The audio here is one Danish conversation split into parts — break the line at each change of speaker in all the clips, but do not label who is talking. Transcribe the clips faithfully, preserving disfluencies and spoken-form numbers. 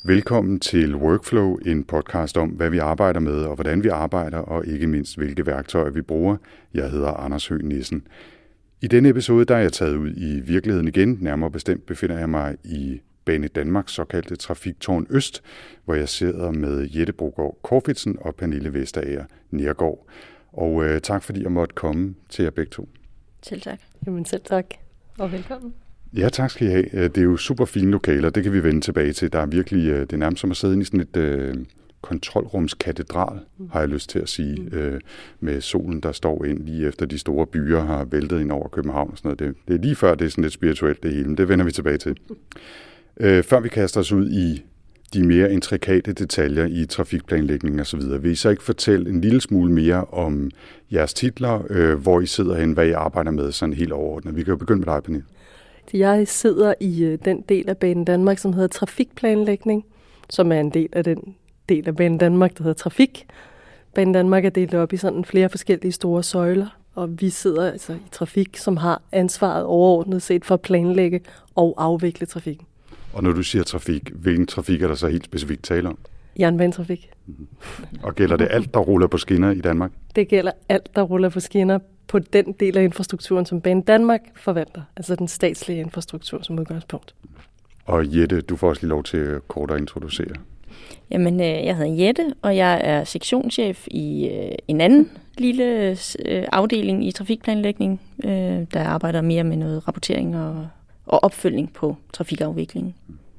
Velkommen til Workflow, en podcast om, hvad vi arbejder med og hvordan vi arbejder, og ikke mindst, hvilke værktøjer vi bruger. Jeg hedder Anders Høgh Nissen. I denne episode der er jeg taget ud i virkeligheden igen. Nærmere bestemt befinder jeg mig i Banedanmarks såkaldte Trafiktårn Øst, hvor jeg sidder med Jette Brogaard Corfitsen og Pernille Vesterager Nergård. Og øh, tak fordi jeg måtte komme til jer begge to.
Selv tak.
Jamen selv tak, og velkommen.
Ja, tak skal I have. Det er jo super fine lokaler, det kan vi vende tilbage til. Der er virkelig, det er nærmest som at sidde i sådan et øh, kontrolrumskatedral, mm. har jeg lyst til at sige, mm. øh, med solen, der står ind lige efter de store byer har væltet ind over København og sådan noget. Det, det er lige før, det er sådan lidt spirituelt det hele, men det vender vi tilbage til. Øh, før vi kaster os ud i de mere intrikate detaljer i trafikplanlægning og så videre, vil I så ikke fortælle en lille smule mere om jeres titler, øh, hvor I sidder hen, hvad I arbejder med sådan helt overordnet. Vi kan jo begynde med dig, Pernille.
Jeg sidder i den del af Banedanmark, som hedder trafikplanlægning, som er en del af den del af Banedanmark, der hedder trafik. Banedanmark er delt op i sådan flere forskellige store søjler, og vi sidder altså i trafik, som har ansvaret overordnet set for at planlægge og afvikle trafikken.
Og når du siger trafik, hvilken trafik er der så helt specifikt tale om?
Jernbanetrafik.
Mm-hmm. Og gælder det alt, der ruller på skinner i Danmark?
Det gælder alt, der ruller på skinner på den del af infrastrukturen, som Banedanmark forvalter. Altså den statslige infrastruktur som udgangspunkt.
Og Jette, du får også lige lov til kort at introducere.
Jamen, jeg hedder Jette, og jeg er sektionschef i en anden lille afdeling i trafikplanlægning, der arbejder mere med noget rapportering og, og opfølgning på trafikafviklingen.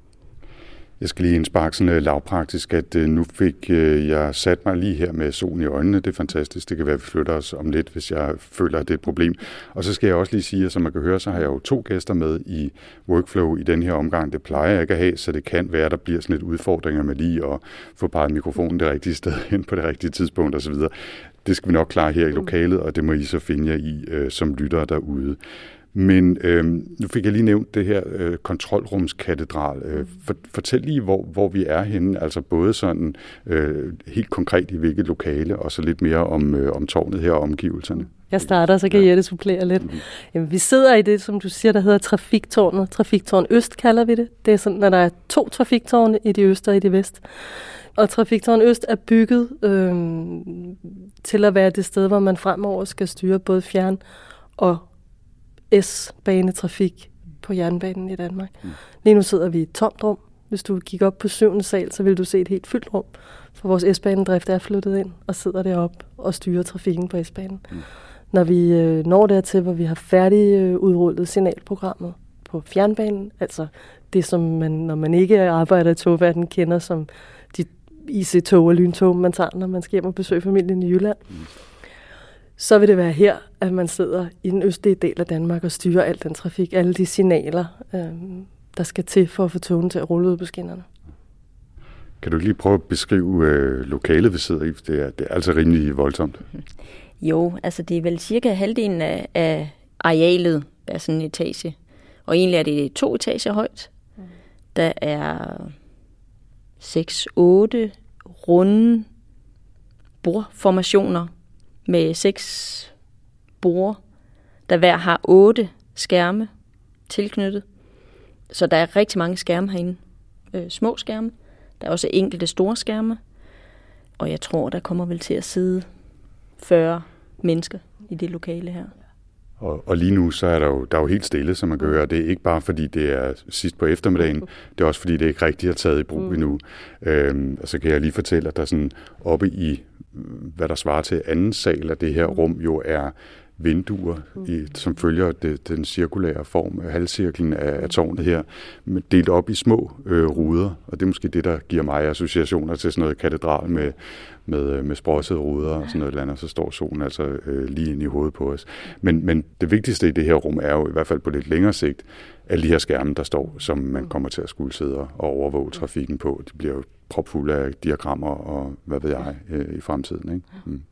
Jeg skal lige indsparke sådan lavpraktisk, at nu fik jeg sat mig lige her med solen i øjnene. Det er fantastisk. Det kan være, at vi flytter os om lidt, hvis jeg føler, at det er et problem. Og så skal jeg også lige sige, at som man kan høre, så har jeg jo to gæster med i Workflow i den her omgang. Det plejer jeg ikke at have, så det kan være, at der bliver sådan lidt udfordringer med lige at få peget mikrofonen det rigtige sted hen på det rigtige tidspunkt osv. Det skal vi nok klare her i lokalet, og det må I så finde jer i øh, som lyttere derude. Men øh, nu fik jeg lige nævnt det her øh, kontrolrumskatedral. Øh, for, fortæl lige, hvor, hvor vi er henne, altså både sådan øh, helt konkret i hvilket lokale, og så lidt mere om, øh, om tårnet her og omgivelserne.
Jeg starter, så kan Jette supplere lidt. Mm-hmm. Jamen, vi sidder i det, som du siger, der hedder Trafiktårnet. Trafiktårn Øst kalder vi det. Det er sådan, når der er to trafiktårne i de øst og i de vest. Og Trafiktårn Øst er bygget øh, til at være det sted, hvor man fremover skal styre både fjern- og S-banetrafik på jernbanen i Danmark. Mm. Lige nu sidder vi i et tomt rum. Hvis du gik op på syvende sal, så vil du se et helt fyldt rum. For vores S-banedrift er flyttet ind og sidder deroppe og styrer trafikken på S-banen. Mm. Når vi øh, når dertil, hvor vi har færdig øh, udrullet signalprogrammet på fjernbanen, altså det, som man, når man ikke arbejder i togverdenen, kender som de I C-tog og lyntog, man tager, når man skal hjem og besøge familien i Jylland, mm. så vil det være her, at man sidder i den østlige del af Danmark og styrer al den trafik, alle de signaler, øh, der skal til for at få togene til at rulle ud på skinnerne.
Kan du lige prøve at beskrive øh, lokalet, vi sidder i? Det er, det er altså rimelig voldsomt.
Jo, altså det er vel cirka halvdelen af, af arealet af sådan en etage. Og egentlig er det to etager højt. Mm. Der er seks otte runde bordformationer med seks borde, der hver har otte skærme tilknyttet. Så der er rigtig mange skærme herinde. Øh, små skærme. Der er også enkelte store skærme. Og jeg tror, der kommer vel til at sidde fyrre mennesker i det lokale her.
Og, og lige nu, så er der jo, der er jo helt stille, som man kan høre. Det er ikke bare, fordi det er sidst på eftermiddagen. Det er også, fordi det ikke rigtig er taget i brug mm. endnu. Øhm, og så kan jeg lige fortælle, at der sådan oppe i, hvad der svarer til anden sal af det her rum, jo er vinduer, i, som følger det, den cirkulære form, halvcirklen af, af tårnet her, delt op i små øh, ruder, og det er måske det, der giver mig associationer til sådan noget katedral med, med, med sprossede ruder og sådan noget andet, så står solen altså øh, lige ind i hovedet på os. Men, men det vigtigste i det her rum er jo, i hvert fald på lidt længere sigt, alle de her skærme, der står, som man kommer til at skulle sidde og overvåge trafikken på. De bliver jo propfulde af diagrammer og hvad ved jeg øh, i fremtiden, ikke? Mm.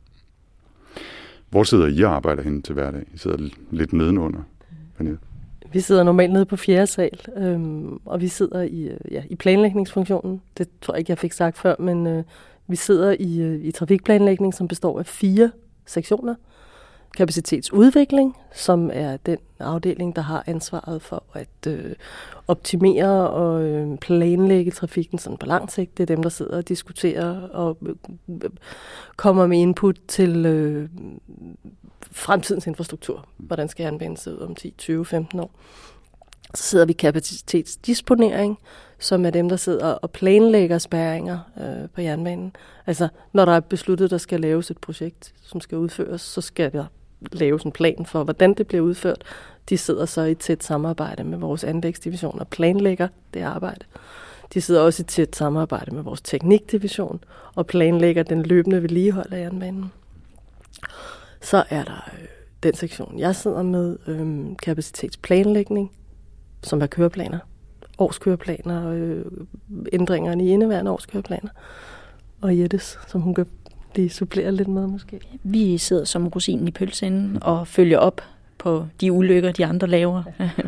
Hvor sidder I og arbejder henne til hverdag? I sidder lidt nedenunder, Pernille.
Vi sidder normalt nede på fjerde sal, øhm, og vi sidder i, ja, i planlægningsfunktionen. Det tror jeg ikke, jeg fik sagt før, men øh, vi sidder i, i trafikplanlægning, som består af fire sektioner. kapacitetsudvikling, som er den afdeling, der har ansvaret for at øh, optimere og øh, planlægge trafikken sådan på lang sigt. Det er dem, der sidder og diskuterer og øh, kommer med input til øh, fremtidens infrastruktur. Hvordan skal jernbanen se ud om ti, tyve, femten år? Så sidder vi kapacitetsdisponering, som er dem, der sidder og planlægger spærringer øh, på jernbanen. Altså, når der er besluttet, der skal laves et projekt, som skal udføres, så skal der laves en plan for, hvordan det bliver udført. De sidder så i tæt samarbejde med vores anlægsdivision og planlægger det arbejde. De sidder også i tæt samarbejde med vores teknikdivision og planlægger den løbende vedligehold af jernbanen. Så er der øh, den sektion, jeg sidder med, øh, kapacitetsplanlægning, som er køreplaner, årskøreplaner, øh, ændringerne i indeværende årskøreplaner, og Jettes, som hun kan lige supplere lidt med måske.
Vi sidder som rosinen i pølseenden og følger op på de ulykker, de andre laver,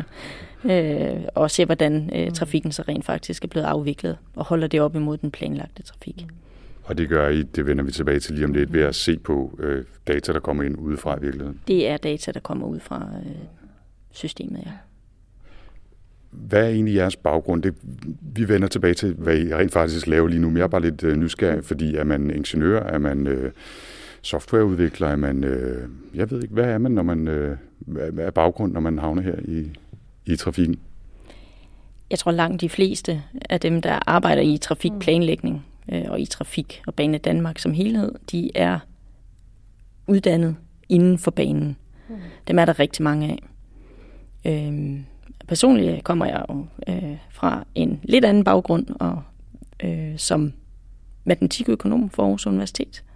øh, og ser, hvordan øh, trafikken så rent faktisk er blevet afviklet, og holder det op imod den planlagte trafik.
Og det gør I, det vender vi tilbage til lige om lidt, ved at se på øh, data, der kommer ind udefra i virkeligheden.
Det er data, der kommer ud fra øh, systemet, ja.
Hvad er egentlig jeres baggrund? Det, vi vender tilbage til, hvad I rent faktisk laver lige nu, men jeg er bare lidt øh, nysgerrig, fordi er man ingeniør, er man øh, softwareudvikler, er man, øh, jeg ved ikke, hvad er man, når man øh, hvad er baggrund, når man havner her i, i trafikken?
Jeg tror langt de fleste af dem, der arbejder i trafikplanlægning øh, og i trafik og Bane Danmark som helhed, de er uddannet inden for banen. Mm. Dem er der rigtig mange af. Øhm, Personligt kommer jeg jo øh, fra en lidt anden baggrund, og øh, som matematikøkonom for Aarhus Universitet.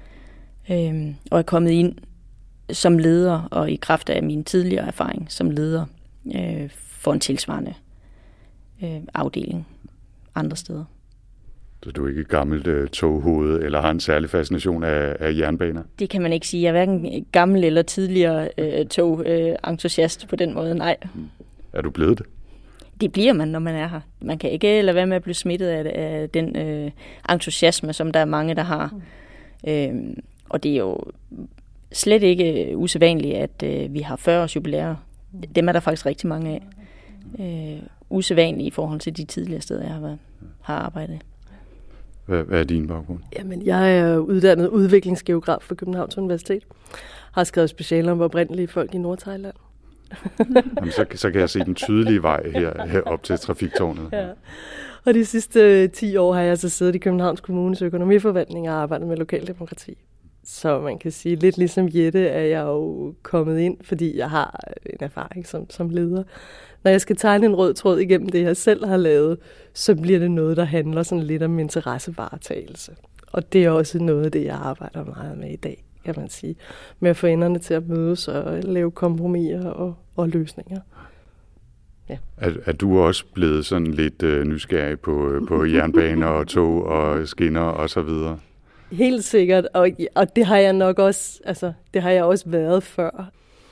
Øh, og er kommet ind som leder, og i kraft af min tidligere erfaring som leder, øh, for en tilsvarende øh, afdeling andre steder.
Så du er ikke et gammelt øh, toghoved, eller har en særlig fascination af, af jernbaner?
Det kan man ikke sige. Jeg er hverken gammel eller tidligere øh, tog-entusiast øh, på den måde, nej.
Mm. Er du blevet det?
Det bliver man, når man er her. Man kan ikke lade være med at blive smittet af, af den øh, entusiasme, som der er mange, der har. Mm. Øhm, og det er jo slet ikke usædvanligt, at øh, vi har fyrre års jubilæer. Dem er der faktisk rigtig mange af. Øh, usædvanligt i forhold til de tidligere steder, jeg har, været, har arbejdet.
Hvad, hvad er din baggrund?
Jamen, jeg er uddannet udviklingsgeograf fra Københavns Universitet. Har skrevet specialer om oprindelige folk i Nordthailand.
Jamen, så, så kan jeg se den tydelige vej her, her op til trafiktårnet.
Ja. Og de sidste ti år har jeg så siddet i Københavns Kommunes økonomiforvaltning og arbejdet med lokaldemokrati. Så man kan sige, lidt ligesom Jette, er jeg jo kommet ind, fordi jeg har en erfaring som, som leder. Når jeg skal tegne en rød tråd igennem det, jeg selv har lavet, så bliver det noget, der handler sådan lidt om interessevaretagelse. Og det er også noget af det, jeg arbejder meget med i dag, kan man sige. Med at få enderne til at mødes og lave kompromiser og, og løsninger. Ja.
Er, er du også blevet sådan lidt øh, nysgerrig på, på jernbaner og tog og skinner og så videre?
Helt sikkert, og, og det har jeg nok også, altså det har jeg også været før.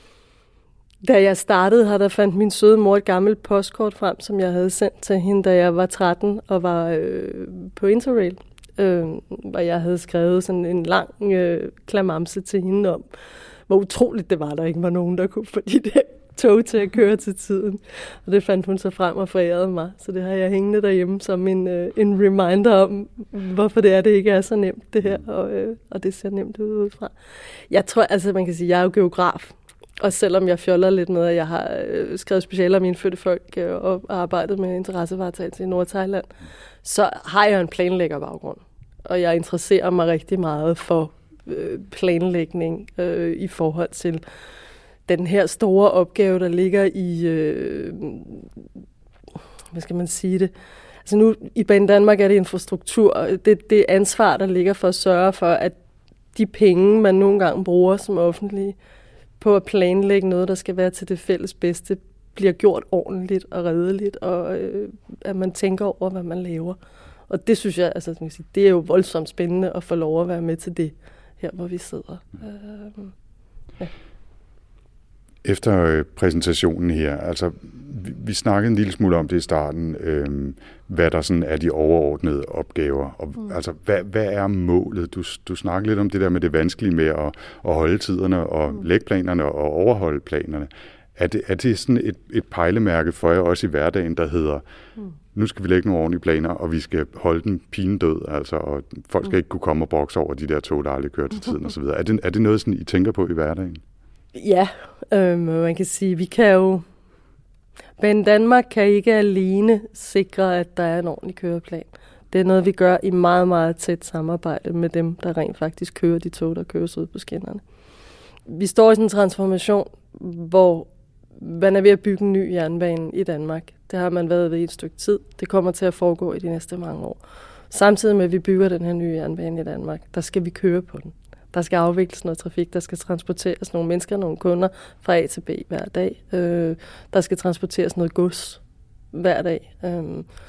Da jeg startede her, der fandt min søde mor et gammelt postkort frem, som jeg havde sendt til hende, da jeg var tretten og var øh, på Interrail. Øh, og jeg havde skrevet sådan en lang øh, klamamse til hende om, hvor utroligt det var, der ikke var nogen, der kunne få de der tog til at køre til tiden. Og det fandt hun så frem og forærede mig. Så det har jeg hængende derhjemme som en, øh, en reminder om, hvorfor det er, det ikke er så nemt det her. Og, øh, og det ser nemt ud udefra. Jeg tror, altså man kan sige, jeg er jo geograf. Og selvom jeg fjoller lidt med, at jeg har øh, skrevet specialer om indfødte folk øh, og arbejdet med interessevaretagelse i Nordthailand, så har jeg en planlæggerbaggrund. Og jeg interesserer mig rigtig meget for øh, planlægning øh, i forhold til den her store opgave, der ligger i, øh, hvad skal man sige det? Altså nu i Bane Danmark er det infrastruktur, det, det ansvar, der ligger for at sørge for, at de penge, man nogle gange bruger som offentlige, på at planlægge noget, der skal være til det fælles bedste, bliver gjort ordentligt og redeligt, og øh, at man tænker over, hvad man laver. Og det synes jeg, altså, sige, det er jo voldsomt spændende at få lov at være med til det, her hvor vi sidder. Øh, ja.
Efter præsentationen her, altså vi, vi snakkede en lille smule om det i starten, øh, hvad der sådan er de overordnede opgaver, og mm. altså hvad, hvad er målet? Du, du snakker lidt om det der med det vanskelige med at, at holde tiderne og mm. lægge planerne og overholde planerne. Er det, er det sådan et, et pejlemærke for jer også i hverdagen, der hedder, mm. nu skal vi lægge nogle ordentlige planer, og vi skal holde den pine død, altså, og folk skal mm. ikke kunne komme og brokse over de der tog, der aldrig kører til tiden osv. Er det, er det noget, sådan, I tænker på i hverdagen?
Ja, øh, man kan sige, vi kan jo... Men Danmark kan ikke alene sikre, at der er en ordentlig køreplan. Det er noget, vi gør i meget, meget tæt samarbejde med dem, der rent faktisk kører de tog, der køres ud på skinnerne. Vi står i sådan en transformation, hvor man er ved at bygge en ny jernbane i Danmark. Det har man været ved i et stykke tid. Det kommer til at foregå i de næste mange år. Samtidig med, at vi bygger den her nye jernbane i Danmark, der skal vi køre på den. Der skal afvikles noget trafik, der skal transporteres nogle mennesker, nogle kunder fra A til B hver dag. Øh, der skal transporteres noget gods hver dag. Øh,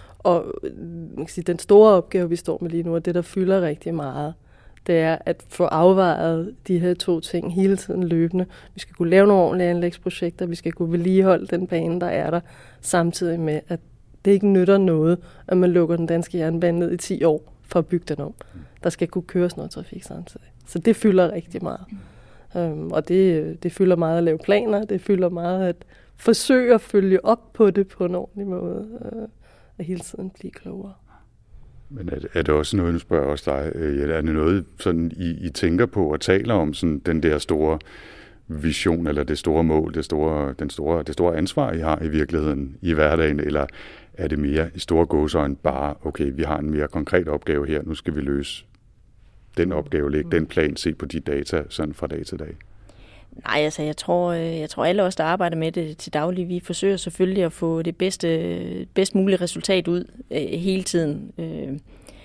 og man kan sige, den store opgave, vi står med lige nu, og det, der fylder rigtig meget, det er at få afvejet de her to ting hele tiden løbende. Vi skal kunne lave nogle ordentlige anlægsprojekter, vi skal kunne vedligeholde den bane, der er der, samtidig med, at det ikke nytter noget, at man lukker den danske jernbane ned i ti år for at bygge den om. Der skal kunne køres noget trafik samtidig. Så det fylder rigtig meget. Um, og det, det fylder meget at lave planer, det fylder meget at forsøge at følge op på det på en ordentlig måde, uh, og hele tiden blive klogere.
Men er det, er det også noget, nu spørger jeg også dig, er det noget, sådan, I, I tænker på og taler om, sådan, den der store vision, eller det store mål, det store, den store, det store ansvar, I har i virkeligheden i hverdagen, eller er det mere i store gåseøjne bare, okay, vi har en mere konkret opgave her, nu skal vi løse den opgave, lægge den plan, se på de data sådan fra dag til dag?
Nej, altså jeg tror, jeg tror alle os, der arbejder med det til daglig, vi forsøger selvfølgelig at få det bedste, bedst mulige resultat ud øh, hele tiden, øh,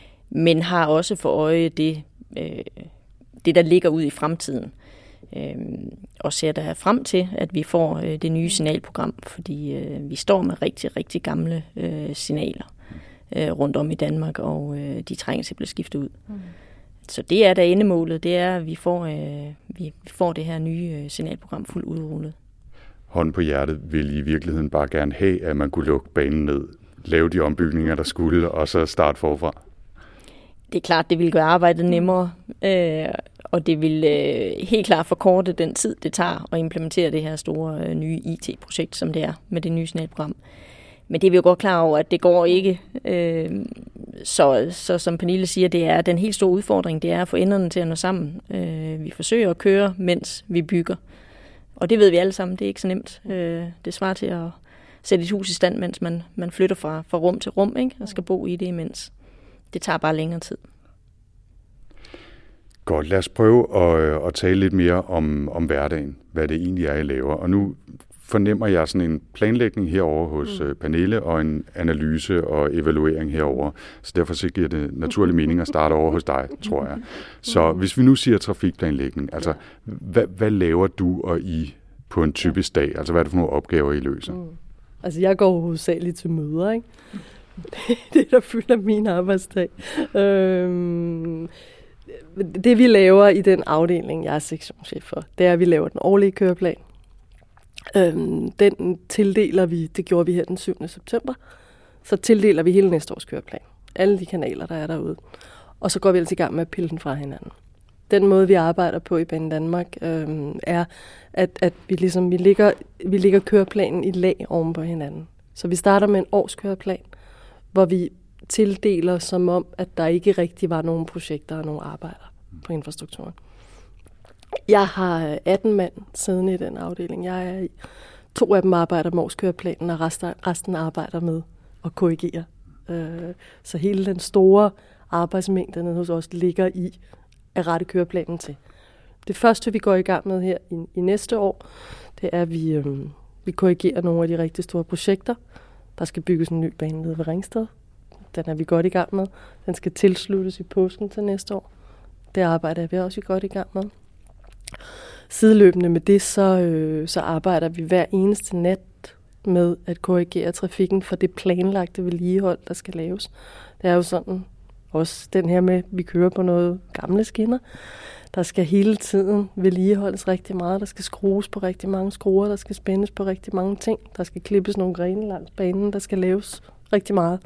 men har også for øje det, øh, det, der ligger ud i fremtiden. Øh, og ser der frem til, at vi får øh, det nye signalprogram, fordi øh, vi står med rigtig, rigtig gamle øh, signaler øh, rundt om i Danmark, og øh, de trænger til at blive skiftet ud. Mm. Så det er da endemålet, det er, at vi får, øh, vi får det her nye øh, signalprogram fuldt udrullet.
Hånden på hjertet vil I i virkeligheden bare gerne have, at man kunne lukke banen ned, lave de ombygninger, der skulle, og så starte forfra?
Det er klart, det vil gøre arbejdet nemmere, øh, og det vil øh, helt klart forkorte den tid, det tager at implementere det her store øh, nye I T-projekt, som det er med det nye signalprogram. Men det er vi jo godt klar over, at det går ikke. Øh, så, så som Pernille siger, det er den helt store udfordring, det er at få enderne til at nå sammen. Øh, vi forsøger at køre, mens vi bygger. Og det ved vi alle sammen, det er ikke så nemt. Øh, det svarer til at sætte et hus i stand, mens man, man flytter fra, fra rum til rum, ikke? Og skal bo i det imens. Det tager bare længere tid.
Godt, lad os prøve at, at tale lidt mere om, om hverdagen, hvad det egentlig er, I laver. Og nu fornemmer jeg sådan en planlægning herover hos mm. Pernille, og en analyse og evaluering herover. Så derfor så giver det naturlig mening at starte over hos dig, tror jeg. Så hvis vi nu siger trafikplanlægning, altså hvad, hvad laver du og I på en typisk dag? Altså hvad er det for nogle opgaver, I løser?
Mm. Altså jeg går hovedsageligt til møder, ikke? Det der fylder min arbejdsdag. Øhm, det vi laver i den afdeling, jeg er sektionschef for, det er, at vi laver den årlige køreplan. Øhm, den tildeler vi, det gjorde vi her den syvende september, så tildeler vi hele næste års køreplan. Alle de kanaler, der er derude. Og så går vi altså i gang med at pille den fra hinanden. Den måde, vi arbejder på i Banedanmark, øhm, er, at, at vi, ligesom, vi, ligger, vi ligger køreplanen i lag oven på hinanden. Så vi starter med en årskøreplan, hvor vi tildeler som om, at der ikke rigtig var nogen projekter og nogen arbejder på infrastrukturen. Jeg har atten mand siddende i den afdeling, jeg er i. To af dem arbejder med årskøreplanen, og resten arbejder med at korrigere. Så hele den store arbejdsmængde hos os ligger i at rette køreplanen til. Det første, vi går i gang med her i, i næste år, det er, at vi, øhm, vi korrigerer nogle af de rigtig store projekter. Der skal bygges en ny bane nede ved Ringsted. Den er vi godt i gang med. Den skal tilsluttes i påsken til næste år. Det arbejder er vi også godt i gang med. Sideløbende med det, så, øh, så arbejder vi hver eneste nat med at korrigere trafikken for det planlagte vedligehold, der skal laves. Det er jo sådan, Også den her med, at vi kører på noget gamle skinner. Der skal hele tiden vedligeholdes rigtig meget. Der skal skrues på rigtig mange skruer. Der skal spændes på rigtig mange ting. Der skal klippes nogle grene langs banen. Der skal laves rigtig meget.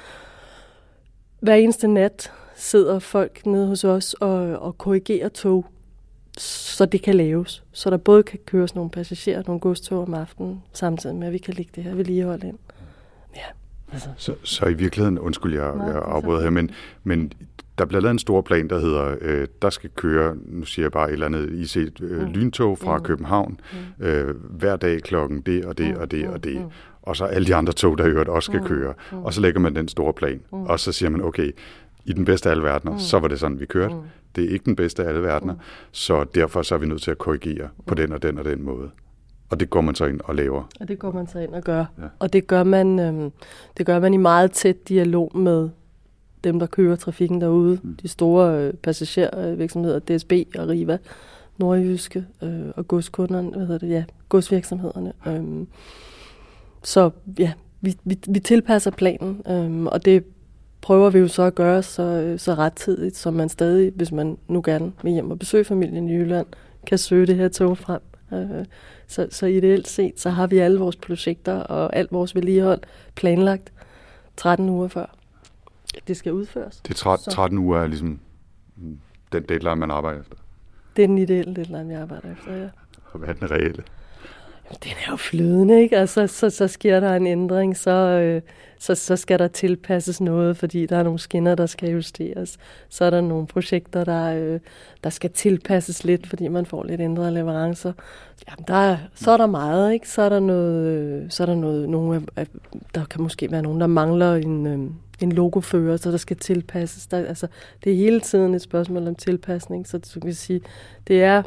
Hver eneste nat sidder folk nede hos os og, og korrigerer tog, så det kan laves. Så der både kan køres nogle passagerer og nogle godstog om aftenen, samtidig med, at vi kan lægge det her vedligehold ind. Ja, altså.
Så, så i virkeligheden, undskyld, jeg, jeg afbryder her, men, men der bliver lavet en stor plan, der hedder, øh, der skal køre, nu siger jeg bare et eller andet, I C øh, mm. lyntog fra mm. København, mm. øh, hver dag klokken det og det mm. og det og det, mm. og så alle de andre tog, der i øvrigt også skal mm. køre, mm. og så lægger man den store plan, mm. og så siger man, okay, i den bedste af alle verdener, mm. så var det sådan, vi kørte. Mm. Det er ikke den bedste af alle verdener, mm. så derfor så er vi nødt til at korrigere mm. på den og den og den måde. Og det går man så ind og laver.
Og det går man så ind og gør. Ja. Og det gør man, øhm, det gør man i meget tæt dialog med dem, der kører trafikken derude. Mm. De store øh, passagervirksomheder, D S B og Riva, Nordjyske øh, og godskunderne, hvad hedder det, ja, godsvirksomhederne. Øhm, så ja, vi, vi, vi tilpasser planen, øhm, og det prøver vi jo så at gøre så, så rettidigt, så man stadig, hvis man nu gerne vil hjem og besøge familien i Jylland, kan søge det her tog frem. Så, så ideelt set, så har vi alle vores projekter og alt vores vedligehold planlagt tretten uger før. Det skal udføres.
Det er tretten uger er ligesom den deadline, man arbejder efter?
Det er den ideelle deadline, vi arbejder efter, ja.
Og hvad er den reelle?
Den er jo flydende, ikke? Og så, så, så sker der en ændring, så, øh, så, så skal der tilpasses noget, fordi der er nogle skinner, der skal justeres. Så er der nogle projekter, der, øh, der skal tilpasses lidt, fordi man får lidt ændrede leverancer. Jamen, der er, så er der meget, ikke? Så er der noget, øh, så er der noget, nogle, øh, der kan måske være nogen, der mangler en, øh, en logofører, så der skal tilpasses. Der, altså, det er hele tiden et spørgsmål om tilpasning, så du kan sige, det er...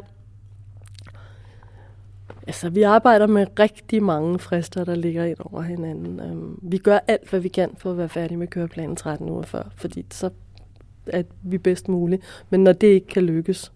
Altså, vi arbejder med rigtig mange frister, der ligger ind over hinanden. Um, vi gør alt, hvad vi kan for at være færdige med køreplanen tretten uger før, fordi så er vi bedst muligt. Men når det ikke kan lykkes,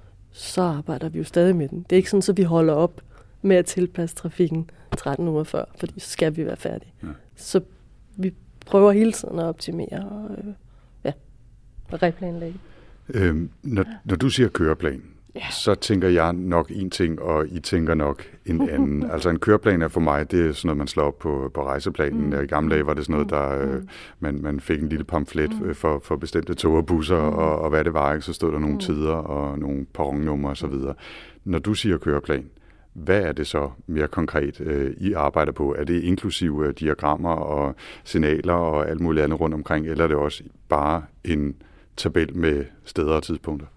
så arbejder vi jo stadig med den. Det er ikke sådan, at vi holder op med at tilpasse trafikken tretten uger før, fordi så skal vi være færdige. Ja. Så vi prøver hele tiden at optimere og øh, ja, replanlægge.
Øhm, når, når du siger køreplan, yeah. så tænker jeg nok en ting, og I tænker nok en anden. Altså en køreplan er for mig, det er sådan noget, man slår op på, på rejseplanen. Mm. I gamle dage var det sådan noget, der øh, man, man fik en lille pamflet mm. for, for bestemte tog og busser, mm. og, og hvad det var, ikke? Så stod der nogle mm. tider og nogle perronnumre og så videre. Når du siger køreplan, hvad er det så mere konkret, øh, I arbejder på? Er det inklusive diagrammer og signaler og alt muligt andet rundt omkring, eller er det også bare en tabel med steder og tidspunkter?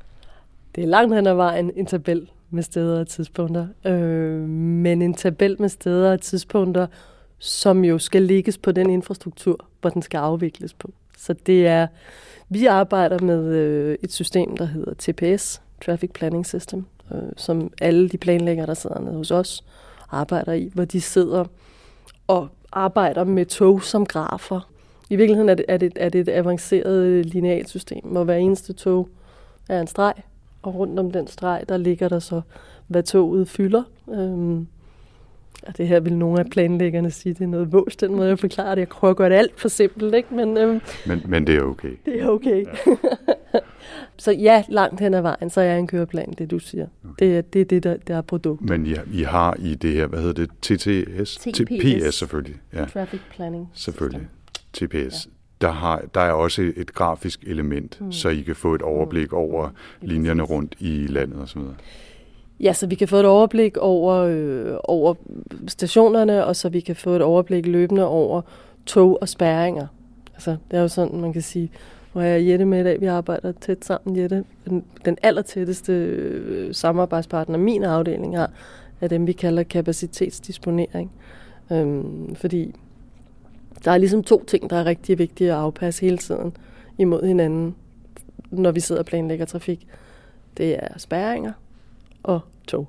Det er langt hen ad vejen en tabel med steder og tidspunkter, øh, men en tabel med steder og tidspunkter, som jo skal lægges på den infrastruktur, hvor den skal afvikles på. Så det er, vi arbejder med øh, et system, der hedder T P S, Traffic Planning System, øh, som alle de planlæggere, der sidder nede hos os, arbejder i, hvor de sidder og arbejder med tog som grafer. I virkeligheden er det, er det, er det et avanceret linealt system, hvor hver eneste tog er en streg, og rundt om den streg, der ligger der så, hvad toget fylder. Øhm, og det her vil nogle af planlæggerne sige, det er noget vås, den måde jeg forklarer det. Jeg prøver at gøre det alt for simpelt, ikke? Men, øhm,
men, men det er okay.
Det er okay. Ja. Så ja, langt hen ad vejen, så er en køreplan, det du siger. Okay. Det er det, er det der, der er produktet.
Men ja, I har i det her, hvad hedder det? T T S?
T P S
selvfølgelig. Ja.
Traffic Planning
Selvfølgelig. T P S. Ja. Der, har, der er også et, et grafisk element, mm. så I kan få et overblik over mm. linjerne rundt i landet og så videre.
Ja, så vi kan få et overblik over, øh, over stationerne, og så vi kan få et overblik løbende over tog og spærringer. Altså, det er jo sådan, man kan sige, hvor jeg er Jette med i dag, vi arbejder tæt sammen, Jette. Den, den allertætteste øh, samarbejdspartner, min afdeling har, er dem, vi kalder kapacitetsdisponering. Øhm, fordi der er ligesom to ting, der er rigtig vigtige at afpasse hele tiden imod hinanden, når vi sidder og planlægger trafik. Det er spærringer og tog.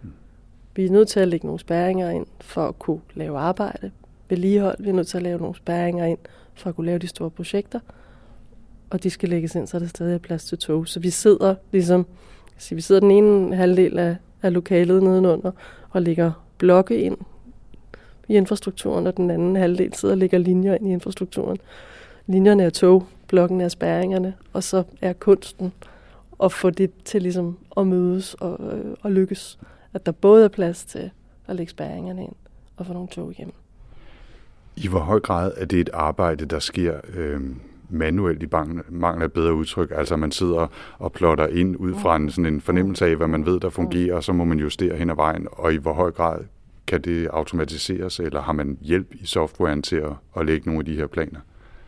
Vi er nødt til at lægge nogle spærringer ind for at kunne lave arbejde. Vedligehold, vi er nødt til at lave nogle spærringer ind for at kunne lave de store projekter. Og de skal lægges ind, så der stadig er plads til tog. Så vi sidder ligesom, så vi sidder den ene halvdel af, af lokalet nedenunder og lægger blokke ind i infrastrukturen, og den anden halvdel sidder og lægger linjer ind i infrastrukturen. Linjerne er tog, blokken af spærringerne, og så er kunsten at få det til ligesom at mødes og, øh, og lykkes. At der både er plads til at lægge spærringerne ind og få nogle tog igennem.
I hvor høj grad er det et arbejde, der sker øh, manuelt i mangel af bedre udtryk? Altså man sidder og plotter ind ud fra en, sådan en fornemmelse af, hvad man ved, der fungerer, og så må man justere hen ad vejen. Og i hvor høj grad kan det automatiseres, eller har man hjælp i softwaren til at, at lægge nogle af de her planer?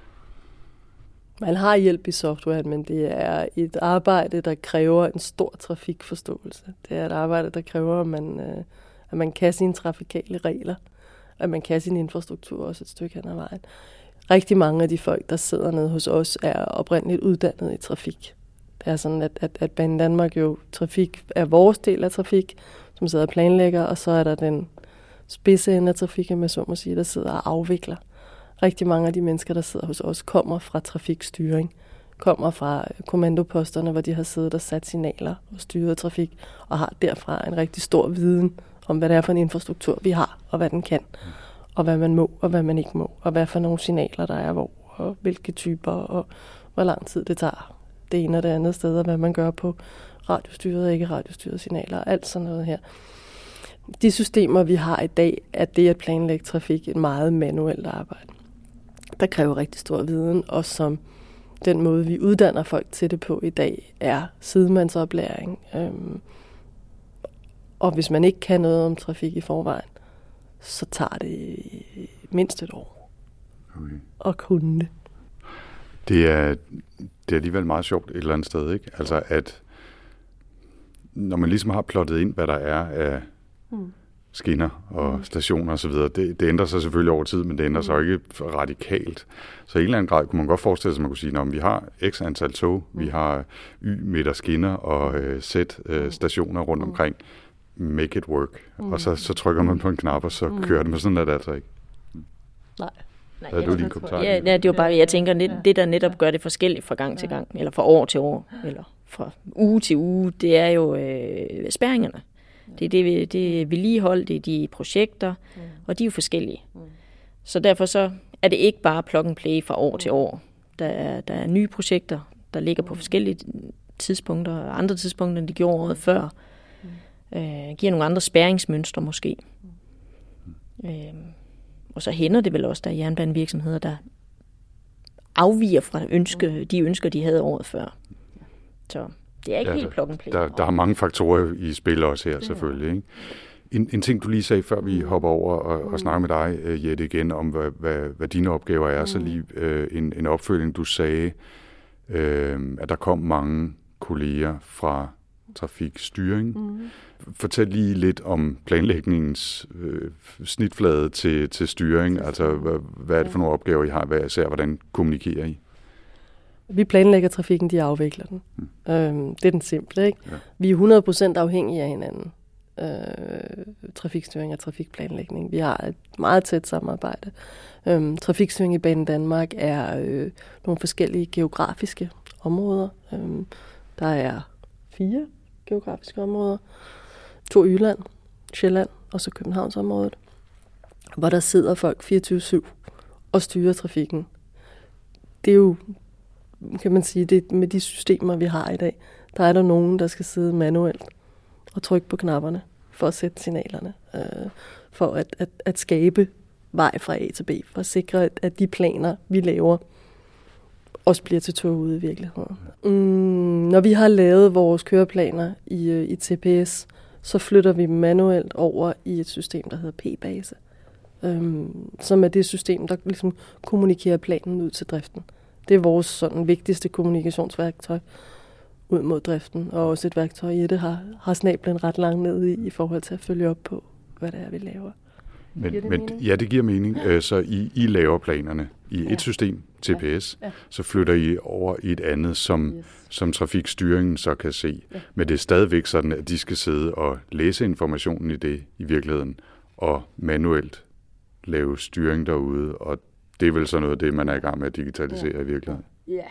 Man har hjælp i softwaren, men det er et arbejde, der kræver en stor trafikforståelse. Det er et arbejde, der kræver, at man, øh, at man kan sine trafikale regler, at man kan sin infrastruktur også et stykke hen ad vejen. Rigtig mange af de folk, der sidder nede hos os, er oprindeligt uddannet i trafik. Det er sådan, at, at, at Banedanmark jo trafik er vores del af trafik, som sidder og planlægger, og så er der den spidse ende af trafikken, med så må sige, der sidder og afvikler. Rigtig mange af de mennesker, der sidder hos os, kommer fra trafikstyring, kommer fra kommandoposterne, hvor de har siddet og sat signaler og styret trafik, og har derfra en rigtig stor viden om, hvad det er for en infrastruktur, vi har, og hvad den kan, og hvad man må, og hvad man ikke må, og hvad for nogle signaler, der er hvor, og hvilke typer, og hvor lang tid det tager. Det ene og det andet sted, og hvad man gør på radiostyrede og ikke radiostyrede signaler, alt sådan noget her. De systemer, vi har i dag, er det at planlægge trafik et meget manuelt arbejde. Der kræver rigtig stor viden, og som den måde, vi uddanner folk til det på i dag, er sidemandsoplæring. Øhm, og hvis man ikke kan noget om trafik i forvejen, så tager det mindst et år okay. at kunne det.
Det er, det er alligevel meget sjovt et eller andet sted, ikke? Altså at når man ligesom har plottet ind, hvad der er af mm. skinner og mm. stationer osv., det, det ændrer sig selvfølgelig over tid, men det ændrer sig ikke radikalt. Så i en eller anden grad kunne man godt forestille sig, at man kunne sige, at vi har x antal tog, mm. vi har y-meter skinner og øh, z øh, stationer rundt mm. omkring. Make it work. Mm. Og så, så trykker man på en knap, og så mm. kører det, men sådan er det altså ikke. Mm.
Nej.
Nej,
havde du lige en kommentar?
Ja, ja, det var bare, jeg tænker, det, det der netop gør det forskelligt fra gang til gang, eller fra år til år, eller fra uge til uge, det er jo øh, spærringerne. Det er det, vi, det er vedligehold, det er de projekter, og de er jo forskellige. Så derfor så er det ikke bare plug and play fra år til år. Der er, der er nye projekter, der ligger på forskellige tidspunkter, andre tidspunkter, end de gjorde året før. Øh, giver nogle andre spærringsmønstre måske. Øh, og så hænder det vel også, der er jernbanevirksomheder, der afviger fra ønske, de ønsker, de havde året før. Så det er ikke ja, helt plug and play.
Der, der er mange faktorer i spil også her, selvfølgelig. Ikke? En, en ting, du lige sagde, før vi hopper over og, og snakker med dig, Jette, igen, om hvad, hvad, hvad dine opgaver er, mm. så lige øh, en, en opfølging, du sagde, øh, at der kom mange kolleger fra trafikstyring. Mm. Fortæl lige lidt om planlægningens øh, snitflade til, til styring. Altså, hvad, hvad er det for nogle opgaver, I har? Hvad især, hvordan kommunikerer I?
Vi planlægger trafikken, de afvikler den. Mm. Øhm, det er den simple, ikke? Ja. Vi er hundrede procent afhængige af hinanden. Øh, trafikstyring og trafikplanlægning. Vi har et meget tæt samarbejde. Øhm, trafikstyring i Banedanmark er øh, nogle forskellige geografiske områder. Øhm, der er fire geografiske områder. To i Jylland, Sjælland og så Københavnsområdet, hvor der sidder folk fireogtyve syv og styrer trafikken. Det er jo, kan man sige, det med de systemer, vi har i dag, der er der nogen, der skal sidde manuelt og trykke på knapperne for at sætte signalerne, øh, for at, at, at skabe vej fra A til B, for at sikre, at, at de planer, vi laver, også bliver til tog ude i virkeligheden. Mm, når vi har lavet vores køreplaner i, i T P S, så flytter vi manuelt over i et system, der hedder P-base, øhm, som er det system, der ligesom kommunikerer planen ud til driften. Det er vores sådan vigtigste kommunikationsværktøj ud mod driften, og også et værktøj, Jette har, har snablen ret langt ned i, i forhold til at følge op på, hvad det er, vi laver.
Men, det men ja, det giver mening. Så I, I laver planerne i et ja. system, T P S, ja. Ja. Så flytter I over i et andet, som, yes. som trafikstyringen så kan se. Ja. Men det er stadigvæk sådan, at de skal sidde og læse informationen i det i virkeligheden, og manuelt lave styring derude, og det er vel sådan noget af det, man er i gang med at digitalisere ja. i virkeligheden.
Ja.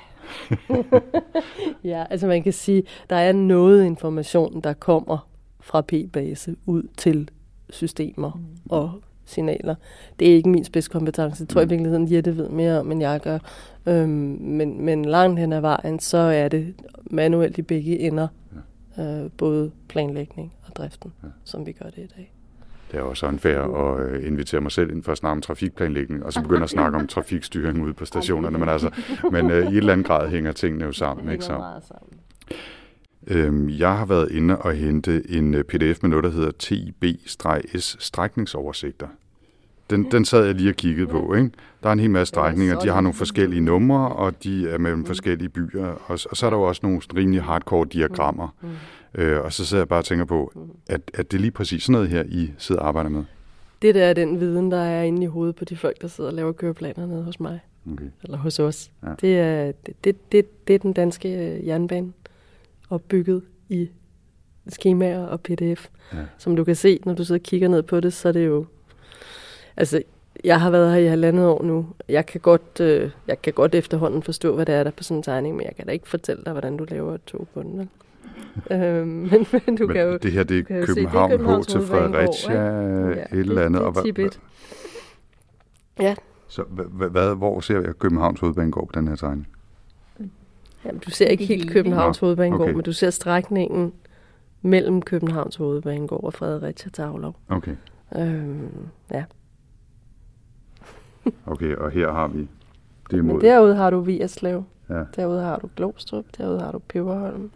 ja, altså man kan sige, der er noget information, der kommer fra P-base ud til systemer mm. og signaler. Det er ikke min spidskompetence. Det tror jeg i virkeligheden, Jette ved mere om, end jeg gør. Øhm, men, men langt hen ad vejen, så er det manuelt i begge ender. Ja. Øh, både planlægning og driften, ja. Som vi gør det i dag.
Det er også unfair at øh, invitere mig selv ind for at snakke om trafikplanlægning, og så begynde at snakke om trafikstyring ude på stationerne. Men, altså, men øh, i et eller andet grad hænger tingene jo sammen. Ikke så? Øhm, jeg har været inde og hente en P D F med noget, der hedder T I B-S strækningsoversigter. Den, den sad jeg lige og kiggede på. Ikke? Der er en hel masse strækninger, de har nogle forskellige numre, og de er mellem forskellige byer. Og, og så er der jo også nogle rimelig hardcore diagrammer. Øh, og så sidder jeg bare og tænker på, at, at det er lige præcis sådan noget her, I sidder og arbejder med.
Det der er den viden, der er inde i hovedet på de folk, der sidder og laver køreplaner nede hos mig. Okay. Eller hos os. Ja. Det, er, det, det, det, det er den danske jernbane, opbygget i skemaer og P D F. Ja. Som du kan se, når du sidder og kigger ned på det, så er det jo... Altså, jeg har været her i halvandet år nu. Jeg kan godt, øh, jeg kan godt efterhånden forstå, hvad det er der på sådan en tegning, men jeg kan da ikke fortælle dig, hvordan du laver et tog på den, vel? øhm, men, men du
men
kan jo...
Det her, det er København, se, det er H til Fredericia, ja, et eller andet.
Det, det er Tibet. Ja.
Så hvad, hvor ser jeg Københavns Hovedbanegård på den her tegning?
Jamen, du ser ikke helt Københavns Hovedbanegård, okay. Men du ser strækningen mellem Københavns Hovedbanegård og Fredericia Tavlov.
Okay.
Øhm, ja.
Okay, og her har vi det imod.
Men derude har du Vigerslev.
Ja.
Derude har du Glostrup. Derude har du Peberholm.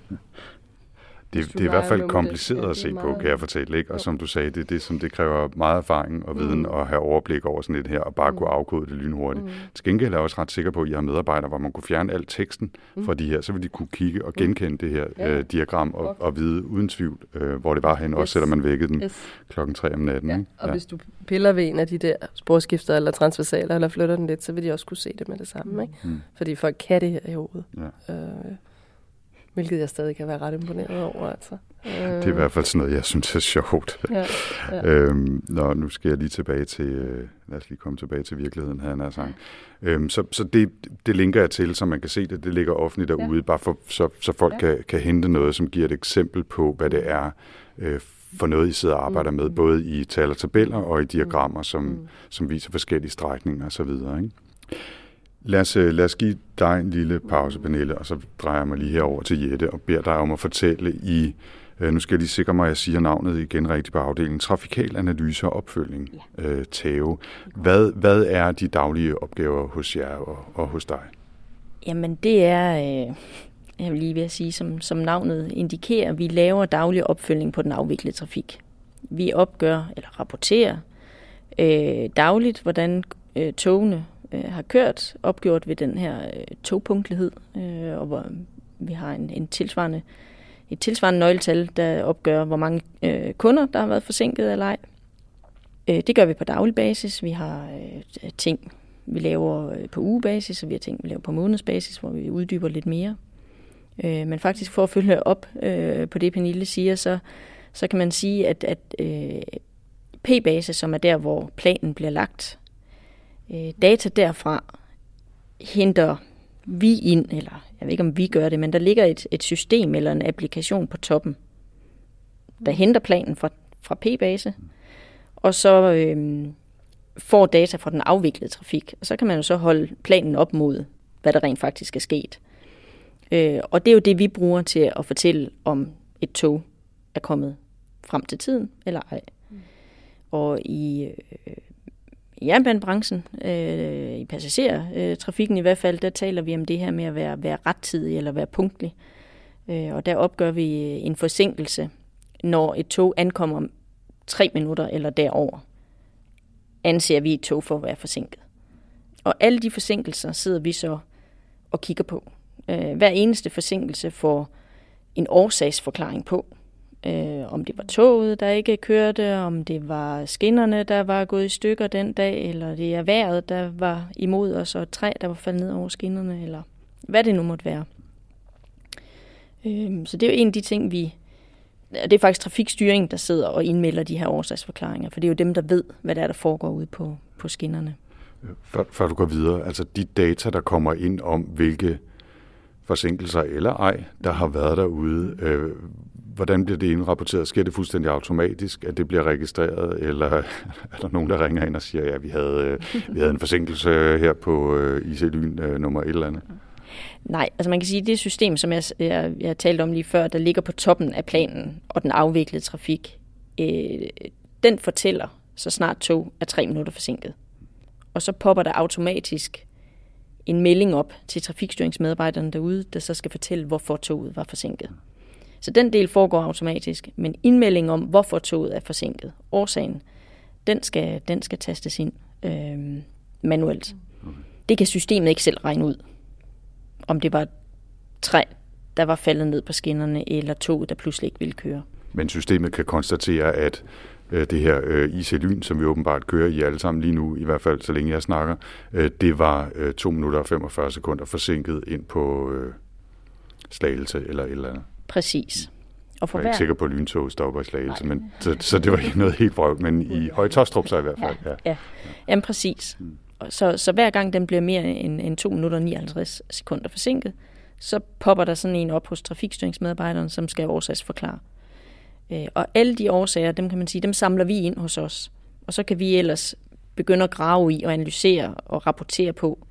Det, det er i hvert fald kompliceret at se på, kan jeg fortælle, ikke? Og som du sagde, det er det, som det kræver meget erfaring og viden mm. og have overblik over sådan et her, og bare mm. kunne afkode det lynhurtigt. Mm. Til gengæld er jeg også ret sikker på, at I har medarbejdere, hvor man kunne fjerne al teksten mm. fra de her, så ville de kunne kigge og genkende det her ja. øh, diagram og, og vide uden tvivl, øh, hvor det var henne, yes. også selvom man vækkede dem yes. klokken tre om natten.
Ja.
Ikke?
Og ja. Hvis du piller ved en af de der sporskifter eller transversaler, eller flytter den lidt, så vil de også kunne se det med det samme, ikke? Mm. Fordi folk kan det her i hovedet. Ja. Øh, Hvilket jeg stadig kan være ret imponeret over, altså.
Det er i hvert fald sådan noget, jeg synes er sjovt.
Ja, ja.
øhm, nå, nu skal jeg lige tilbage til, øh, lad os lige komme tilbage til virkeligheden her, nær sagt. Øhm, så så det, det linker jeg til, så man kan se det, det ligger offentligt derude, ja. bare for, så, så folk ja. kan, kan hente noget, som giver et eksempel på, hvad det er øh, for noget, I sidder og arbejder med, både i tal og tabeller og i diagrammer, som, mm. som viser forskellige strækninger osv., ikke? Lad os, lad os give dig en lille pause, Pernille, og så drejer jeg mig lige herover til Jette og beder dig om at fortælle i, øh, nu skal jeg lige sikre mig, at jeg siger navnet igen rigtigt på afdelingen, Trafikal Analyse og Opfølgning, ja. øh, T A O. Hvad, hvad er de daglige opgaver hos jer og, og hos dig?
Jamen det er, øh, jeg vil lige ved at sige, som, som navnet indikerer, vi laver daglig opfølgning på den afviklede trafik. Vi opgør eller rapporterer øh, dagligt, hvordan øh, togene har kørt, opgjort ved den her øh, togpunktlighed, øh, og hvor vi har en, en tilsvarende, et tilsvarende nøgletal, der opgør, hvor mange øh, kunder, der har været forsinket eller ej. Øh, det gør vi på daglig basis. Vi har øh, ting, vi laver øh, på ugebasis, og vi har ting, vi laver på månedsbasis, hvor vi uddyber lidt mere. Øh, men faktisk for at følge op øh, på det, Pernille siger, så, så kan man sige, at, at øh, P-basis, som er der, hvor planen bliver lagt, data derfra henter vi ind, eller jeg ved ikke, om vi gør det, men der ligger et, et system eller en applikation på toppen, der henter planen fra, fra P-base, og så øh, får data fra den afviklede trafik. Og så kan man jo så holde planen op mod, hvad der rent faktisk er sket. Øh, og det er jo det, vi bruger til at fortælle, om et tog er kommet frem til tiden, eller ej. Mm. Og i... Øh, I jernbanebranchen, øh, i passagertrafikken i hvert fald, der taler vi om det her med at være, være rettidig eller være punktlig. Øh, og der opgør vi en forsinkelse, når et tog ankommer om tre minutter eller derover. Anser vi et tog for at være forsinket. Og alle de forsinkelser sidder vi så og kigger på. Øh, hver eneste forsinkelse får en årsagsforklaring på. Øh, om det var toget, der ikke kørte, om det var skinnerne, der var gået i stykker den dag, eller det er vejret, der var imod os, og et træ, der var faldet ned over skinnerne, eller hvad det nu måtte være. Øh, så det er jo en af de ting, vi... Det er faktisk trafikstyring, der sidder og indmelder de her årsagsforklaringer, for det er jo dem, der ved, hvad der er, der foregår ude på, på skinnerne.
Før, før du går videre, altså de data, der kommer ind om, hvilke forsinkelser eller ej, der har været derude. Øh, hvordan bliver det indrapporteret? Sker det fuldstændig automatisk, at det bliver registreret, eller er der nogen, der ringer ind og siger, ja, vi havde, vi havde en forsinkelse her på øh, I C Lyn øh, nummer et eller andet?
Nej, altså man kan sige, at det system, som jeg, jeg, jeg talte om lige før, der ligger på toppen af planen og den afviklede trafik, øh, den fortæller, så snart tog er tre minutter forsinket. Og så popper der automatisk en melding op til trafikstyringsmedarbejderne derude, der så skal fortælle, hvorfor toget var forsinket. Så den del foregår automatisk, men indmelding om, hvorfor toget er forsinket, årsagen, den skal, den skal tastes ind øh, manuelt. Det kan systemet ikke selv regne ud. Om det var træ, der var faldet ned på skinnerne, eller toget, der pludselig ikke ville køre.
Men systemet kan konstatere, at øh, det her øh, I C Lyn, som vi åbenbart kører i alle sammen lige nu, i hvert fald så længe jeg snakker, øh, det var øh, to minutter og femogfyrre sekunder forsinket ind på øh, Slagelse eller et eller andet.
Præcis. Og for
jeg er ikke
hver...
sikker på, at lyntoget stopper i Slagelse, men, så, så det var ikke noget helt vrøvl, men i Høje-Taastrup så i hvert fald.
Ja, ja. ja. Jamen præcis. Så, så hver gang den bliver mere end, end to minutter og nioghalvtreds sekunder forsinket, så popper der sådan en op hos trafikstyringsmedarbejderen, som skal årsagsforklare. Øh, og alle de årsager, dem kan man sige, dem samler vi ind hos os. Og så kan vi ellers begynde at grave i og analysere og rapportere på,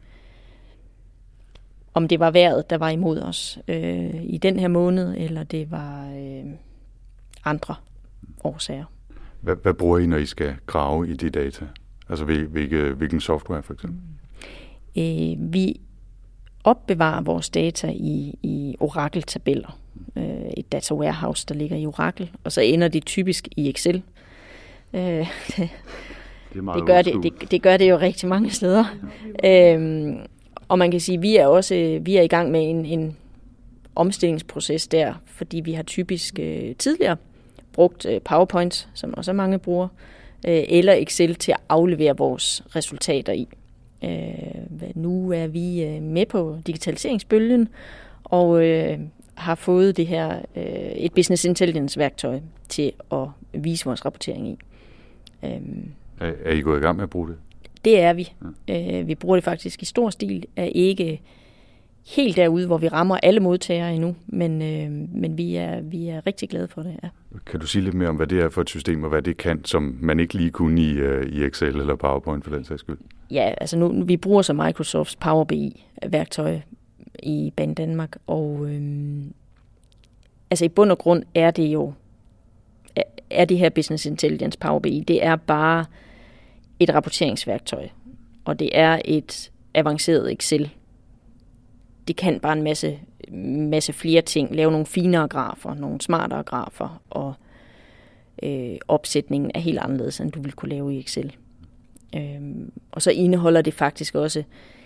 om det var vejret, der var imod os øh, i den her måned, eller det var øh, andre årsager.
Hvad, hvad bruger I, når I skal grave i de data? Altså hvilke, hvilken software for eksempel?
Øh, vi opbevarer vores data i, i Oracle-tabeller. Øh, et data warehouse, der ligger i Oracle, og så ender det typisk i Excel. Øh, det, det, det, gør det, det, det gør det jo rigtig mange steder. Ja. Øh, og man kan sige, at vi er også vi er i gang med en, en omstillingsproces der, fordi vi har typisk øh, tidligere brugt øh, PowerPoint, som også mange bruger, øh, eller Excel til at aflevere vores resultater i. Øh, nu er vi øh, med på digitaliseringsbølgen, og øh, har fået det her øh, et business intelligence værktøj til at vise vores rapportering i. Øh,
er, er I gået i gang med at bruge det?
Det er vi. Ja. Øh, vi bruger det faktisk i stor stil, er ikke helt derude, hvor vi rammer alle modtagere endnu, men, øh, men vi, er, vi er rigtig glade for det. Ja.
Kan du sige lidt mere om, hvad det er for et system, og hvad det kan, som man ikke lige kunne i, uh, i Excel eller PowerPoint for den sags skyld?
Ja, altså nu, vi bruger så Microsofts Power B I-værktøj i Banedanmark, og øh, altså i bund og grund er det jo, er det her Business Intelligence Power B I, det er bare et rapporteringsværktøj, og det er et avanceret Excel. Det kan bare en masse, masse flere ting. Lave nogle finere grafer, nogle smartere grafer, og øh, opsætningen er helt anderledes, end du ville kunne lave i Excel. Øhm, og så indeholder det faktisk også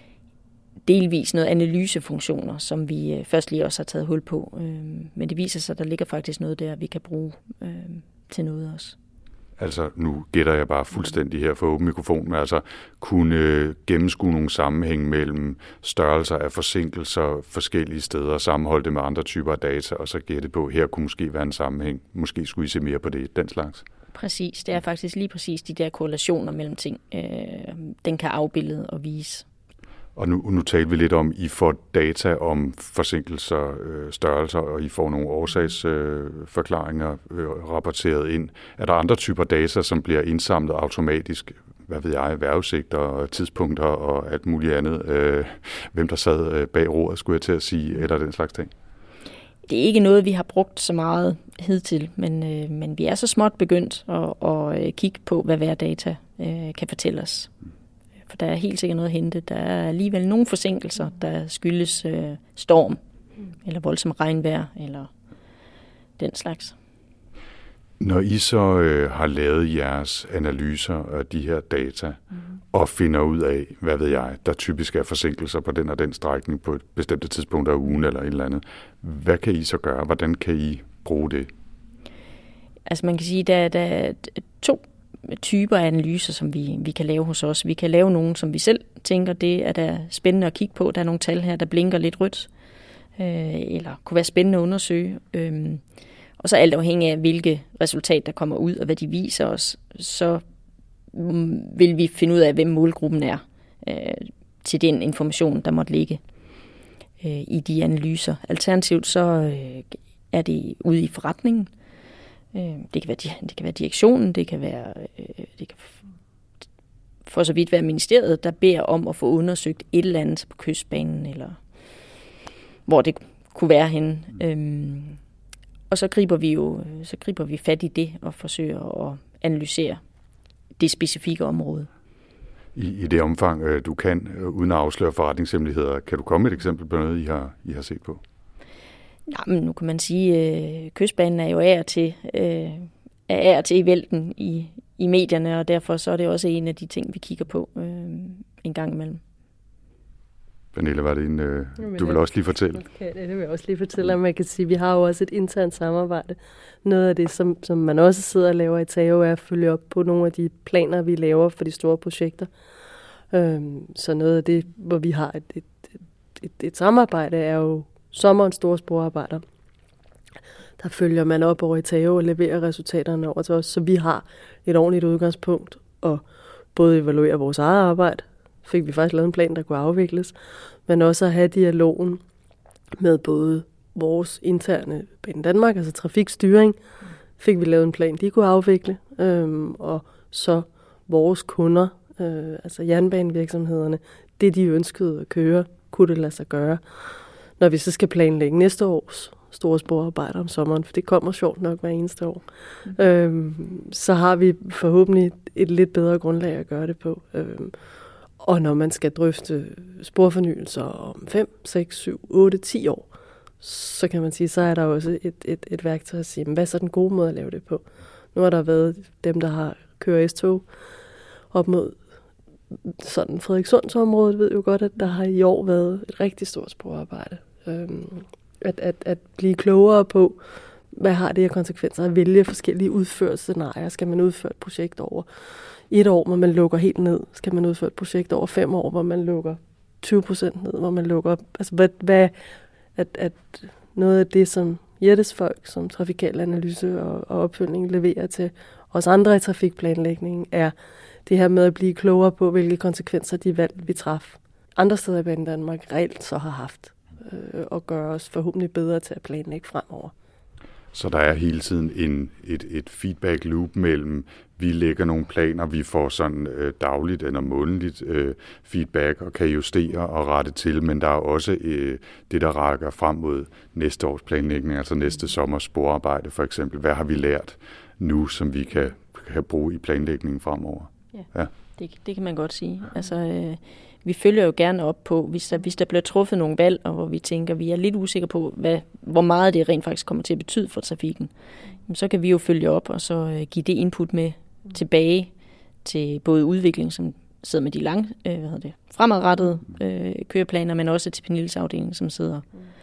delvis noget analysefunktioner, som vi øh, først lige også har taget hul på. Øhm, men det viser sig, at der ligger faktisk noget der, vi kan bruge øh, til noget også.
Altså, nu gætter jeg bare fuldstændig her for åben mikrofon, men altså kunne gennemskue nogle sammenhæng mellem størrelser af forsinkelser forskellige steder, sammenholde det med andre typer af data, og så gætte på, her kunne måske være en sammenhæng. Måske skulle I se mere på det, den slags.
Præcis, det er faktisk lige præcis de der korrelationer mellem ting, øh, den kan afbillede og vise.
Og nu, nu taler vi lidt om, I får data om forsinkelser, øh, størrelser, og I får nogle årsagsforklaringer øh, øh, rapporteret ind. Er der andre typer data, som bliver indsamlet automatisk? Hvad ved jeg, vejrudsigter, tidspunkter og alt muligt andet? Øh, hvem der sad bag roret, skulle jeg til at sige, eller den slags ting?
Det er ikke noget, vi har brugt så meget hidtil, men, øh, men vi er så småt begyndt at, at kigge på, hvad hver data øh, kan fortælle os. For der er helt sikkert noget at hente. Der er alligevel nogle forsinkelser, der skyldes øh, storm, eller voldsom regnvejr, eller den slags.
Når I så øh, har lavet jeres analyser af de her data, mm. og finder ud af, hvad ved jeg, der typisk er forsinkelser på den og den strækning på et bestemt tidspunkt af ugen eller et eller andet, hvad kan I så gøre? Hvordan kan I bruge det?
Altså man kan sige, at der, der er to typer af analyser, som vi, vi kan lave hos os. Vi kan lave nogle, som vi selv tænker, det er da spændende at kigge på. Der er nogle tal her, der blinker lidt rødt, øh, eller kunne være spændende at undersøge. Øhm, og så alt afhængig af, hvilke resultat, der kommer ud, og hvad de viser os, så vil vi finde ud af, hvem målgruppen er øh, til den information, der måtte ligge. øh, i de analyser. Alternativt så øh, er det ude i forretningen. Øh, det kan være det kan være direktionen, det kan være øh, det kan for så vidt være ministeriet, der beder om at få undersøgt et eller andet på kystbanen, eller hvor det kunne være henne. Øhm, og så griber vi jo så griber vi fat i det og forsøger at analysere det specifikke område.
I, i det omfang, du kan, uden at afsløre forretningshemmeligheder, kan du komme med et eksempel på noget, I har, I har set på?
Ja, men nu kan man sige, at kystbanen er jo af og til, øh, er af og til i vælten i, i medierne, og derfor så er det også en af de ting, vi kigger på øh, en gang imellem.
Pernille, var det en, øh, du vil også lige fortælle?
Okay, det vil jeg også lige fortælle, om man kan sige, vi har jo også et internt samarbejde. Noget af det, som, som man også sidder og laver i Tao, er at følge op på nogle af de planer, vi laver for de store projekter. Øhm, så noget af det, hvor vi har et, et, et, et samarbejde, er jo sommerens store sporarbejder. Der følger man op over i Tao og leverer resultaterne over til os, så vi har et ordentligt udgangspunkt og både evaluere vores eget arbejde, fik vi faktisk lavet en plan, der kunne afvikles, men også at have dialogen med både vores interne Banen Danmark, altså trafikstyring, fik vi lavet en plan, de kunne afvikle, øhm, og så vores kunder, øh, altså jernbanevirksomhederne, det de ønskede at køre, kunne det lade sig gøre. Når vi så skal planlægge næste års store sporarbejder om sommeren, for det kommer sjovt nok hver eneste år, mm. øhm, så har vi forhåbentlig et lidt bedre grundlag at gøre det på. Øhm, og når man skal drøfte sporfornyelser om fem, seks, syv, otte, ti år, så kan man sige, så er der også et, et, et værktøj at sige, hvad er så den gode måde at lave det på? Nu har der været dem, der har kørt S-tog op mod sådan Frederikssundsområdet, ved jo godt, at der har i år været et rigtig stort sporarbejde. Øhm, at, at, at blive klogere på, hvad har det her konsekvenser, at vælge forskellige udførelsescenarier. Skal man udføre et projekt over et år, hvor man lukker helt ned? Skal man udføre et projekt over fem år, hvor man lukker tyve procent ned, hvor man lukker op? Altså, hvad, hvad at, at noget af det, som Jettes folk, som trafikal analyse og, og opfølgning leverer til os andre i trafikplanlægningen, er det her med at blive klogere på, hvilke konsekvenser de valg, vi træffer andre steder i Banen Danmark reelt så har haft, øh, og gøre os forhåbentlig bedre til at planlægge fremover.
Så der er hele tiden en, et, et feedback loop mellem, vi lægger nogle planer, vi får sådan øh, dagligt eller månedligt øh, feedback og kan justere og rette til, men der er også øh, det, der rækker frem mod næste års planlægning, altså næste sommers sporarbejde for eksempel. Hvad har vi lært nu, som vi kan, kan bruge i planlægningen fremover?
Ja, ja. Det, det kan man godt sige. Altså, øh, vi følger jo gerne op på, hvis der, hvis der bliver truffet nogle valg, og hvor vi tænker, vi er lidt usikre på, hvad, hvor meget det rent faktisk kommer til at betyde for trafikken, jamen, så kan vi jo følge op og så øh, give det input med tilbage til både udvikling, som sidder med de lange, øh, hvad hedder det, fremadrettede øh, køreplaner, men også til Pernilles afdeling, som sidder.